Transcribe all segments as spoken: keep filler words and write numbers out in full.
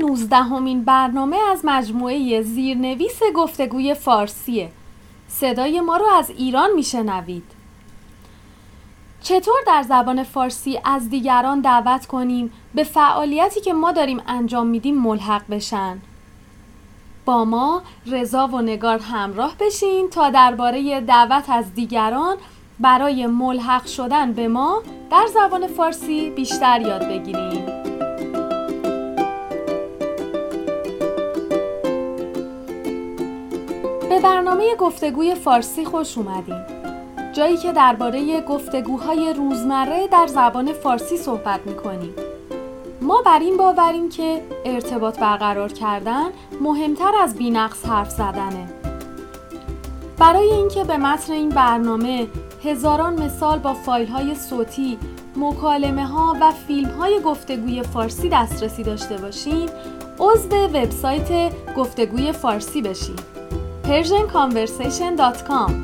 نوزدهمین برنامه از مجموعه زیرنویس گفتگوی فارسیه. صدای ما رو از ایران میشنوید. چطور در زبان فارسی از دیگران دعوت کنیم به فعالیتی که ما داریم انجام میدیم ملحق بشن؟ با ما رضا و نگار همراه بشین تا درباره دعوت از دیگران برای ملحق شدن به ما در زبان فارسی بیشتر یاد بگیریم. به برنامه گفتگوی فارسی خوش اومدین. جایی که درباره گفتگوهای روزمره در زبان فارسی صحبت میکنیم. ما بر این باوریم که ارتباط برقرار کردن مهمتر از بی‌نقص حرف زدنه. برای اینکه به متن این برنامه هزاران مثال با فایل‌های صوتی، مکالمه‌ها و فیلم‌های گفتگوی فارسی دسترسی داشته باشین، عضو وبسایت گفتگوی فارسی بشین. پرژن کانورسیشن دات کام.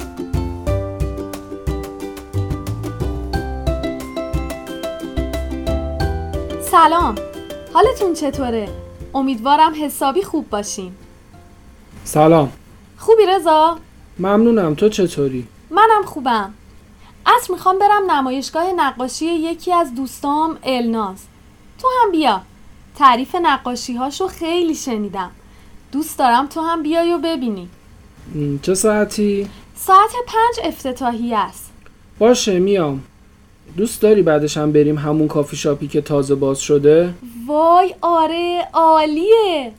سلام، حالتون چطوره؟ امیدوارم حسابی خوب باشین. سلام. خوبی رضا؟ ممنونم، تو چطوری؟ منم خوبم. عصر میخوام برم نمایشگاه نقاشی یکی از دوستام الناز. تو هم بیا. تعریف نقاشی هاشو خیلی شنیدم. دوست دارم تو هم بیای و ببینی. چه ساعتی؟ ساعت پنج افتتاحیه است. باشه میام. دوست داری بعدش هم بریم همون کافی شاپی که تازه باز شده؟ وای آره، عالیه.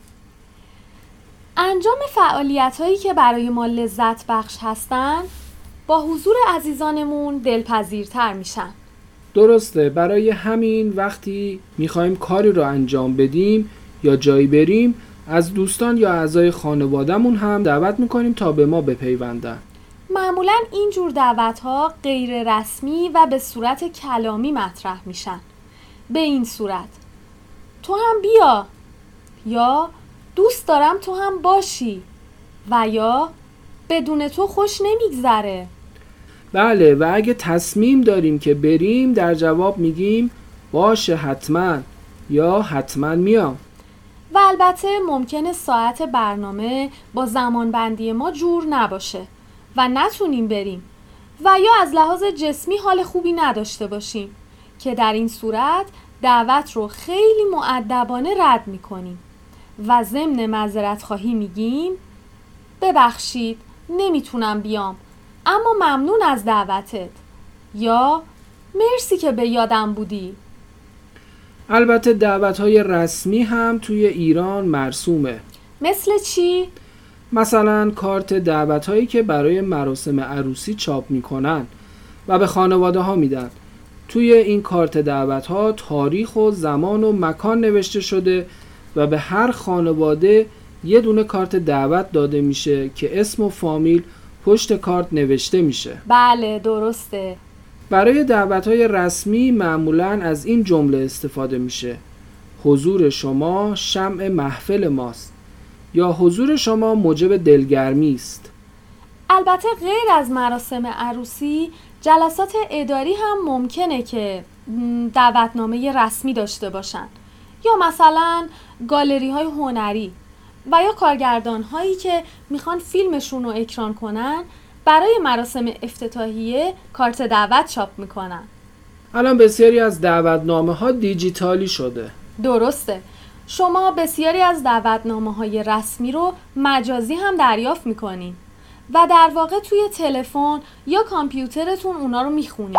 انجام فعالیت هایی که برای ما لذت بخش هستن با حضور عزیزانمون دلپذیرتر میشن. درسته، برای همین وقتی میخوایم کاری رو انجام بدیم یا جایی بریم از دوستان یا اعضای خانوادهمون هم دعوت میکنیم تا به ما بپیوندن. معمولاً اینجور دعوت‌ها غیر رسمی و به صورت کلامی مطرح میشن. به این صورت: تو هم بیا، یا دوست دارم تو هم باشی، و یا بدون تو خوش نمیگذره. بله، و اگه تصمیم داریم که بریم در جواب میگیم باشه حتما یا حتما میام. و البته ممکنه ساعت برنامه با زمانبندی ما جور نباشه و نتونیم بریم و یا از لحاظ جسمی حال خوبی نداشته باشیم که در این صورت دعوت رو خیلی مؤدبانه رد میکنیم و ضمن معذرت خواهی میگیم ببخشید نمیتونم بیام اما ممنون از دعوتت، یا مرسی که به یادم بودی. البته دعوت‌های رسمی هم توی ایران مرسومه. مثل چی؟ مثلا کارت دعوت‌هایی که برای مراسم عروسی چاپ میکنن و به خانواده ها میدن. توی این کارت دعوت‌ها تاریخ و زمان و مکان نوشته شده و به هر خانواده یه دونه کارت دعوت داده میشه که اسم و فامیل پشت کارت نوشته میشه. بله درسته. برای دعوت‌های رسمی معمولاً از این جمله استفاده میشه: حضور شما شمع محفل ماست، یا حضور شما موجب دلگرمی است. البته غیر از مراسم عروسی، جلسات اداری هم ممکنه که دعوتنامه رسمی داشته باشن، یا مثلا گالری های هنری و یا کارگردان هایی که میخوان فیلمشون رو اکران کنن برای مراسم افتتاحیه کارت دعوت چاپ میکنن. الان بسیاری از دعوتنامه ها دیجیتالی شده. درسته. شما بسیاری از دعوتنامه های رسمی رو مجازی هم دریافت میکنین و در واقع توی تلفن یا کامپیوترتون اونا رو میخونین.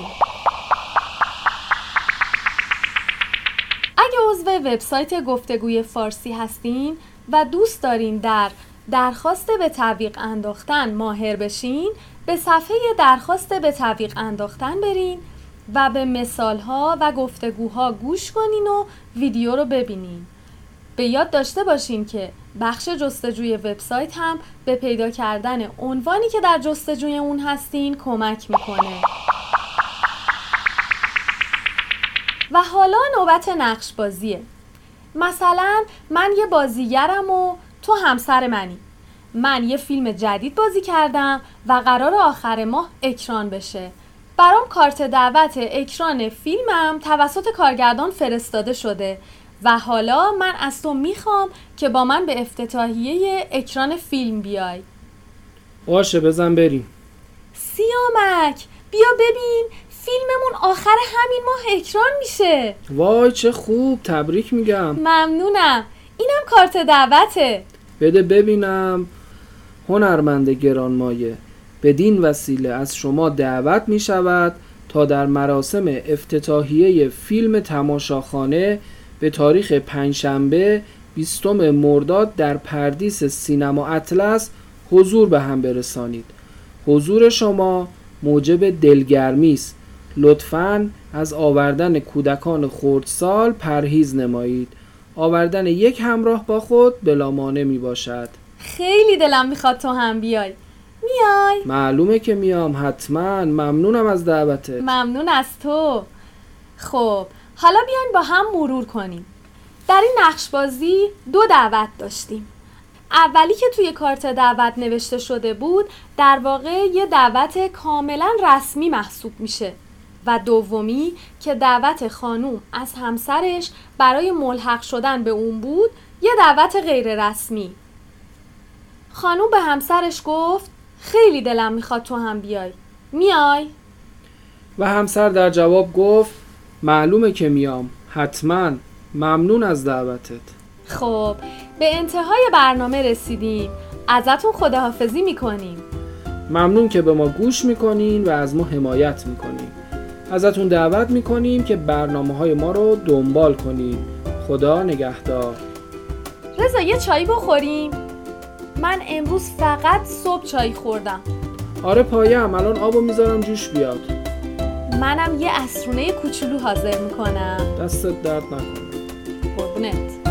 اگه عضو وبسایت گفتگوی فارسی هستین و دوست دارین در درخواست به تعویق انداختن ماهر بشین، به صفحه درخواست به تعویق انداختن برین و به مثالها و گفتگوها گوش کنین و ویدیو رو ببینین. به یاد داشته باشین که بخش جستجوی وبسایت هم به پیدا کردن عنوانی که در جستجوی اون هستین کمک میکنه. و حالا نوبت نقش بازیه. مثلا من یه بازیگرم و تو همسر منی. من یه فیلم جدید بازی کردم و قرار آخر ماه اکران بشه. برام کارت دعوت اکران فیلمم توسط کارگردان فرستاده شده و حالا من از تو میخوام که با من به افتتاحیه اکران فیلم بیای. باشه بزن بریم. سیامک بیا ببین فیلممون آخر همین ماه اکران میشه. وای چه خوب، تبریک میگم. ممنونم. اینم کارت دعوته. بده ببینم. هنرمند گرانمایه، بدین وسیله از شما دعوت میشود تا در مراسم افتتاحیه فیلم تماشاخانه به تاریخ پنجشنبه بیستم مرداد در پردیس سینما اطلس حضور به هم برسانید. حضور شما موجب دلگرمی است. لطفاً از آوردن کودکان خردسال پرهیز نمایید. آوردن یک همراه با خود بلا مانع می باشد. خیلی دلم میخواد تو هم بیای. میای؟ معلومه که میام، حتما. ممنونم از دعوتت. ممنون از تو. خب حالا بیاین با هم مرور کنیم. در این نقش بازی دو دعوت داشتیم. اولی که توی کارت دعوت نوشته شده بود در واقع یه دعوت کاملا رسمی محسوب میشه و دومی که دعوت خانوم از همسرش برای ملحق شدن به اون بود یه دعوت غیر رسمی. خانوم به همسرش گفت خیلی دلم میخواد تو هم بیای. میای؟ و همسر در جواب گفت معلومه که میام، حتما. ممنون از دعوتت. خب به انتهای برنامه رسیدیم. ازتون خداحافظی میکنیم. ممنون که به ما گوش میکنین و از ما حمایت میکنین. ازتون دعوت میکنیم که برنامه های ما رو دنبال کنین. خدا نگهدار. رضا یه چایی بخوریم؟ من امروز فقط صبح چای خوردم. آره پایم، الان آبو میذارم جوش بیاد. منم یه عصرونه کوچولو حاضر میکنم. دستت درد نکنه. قربونت.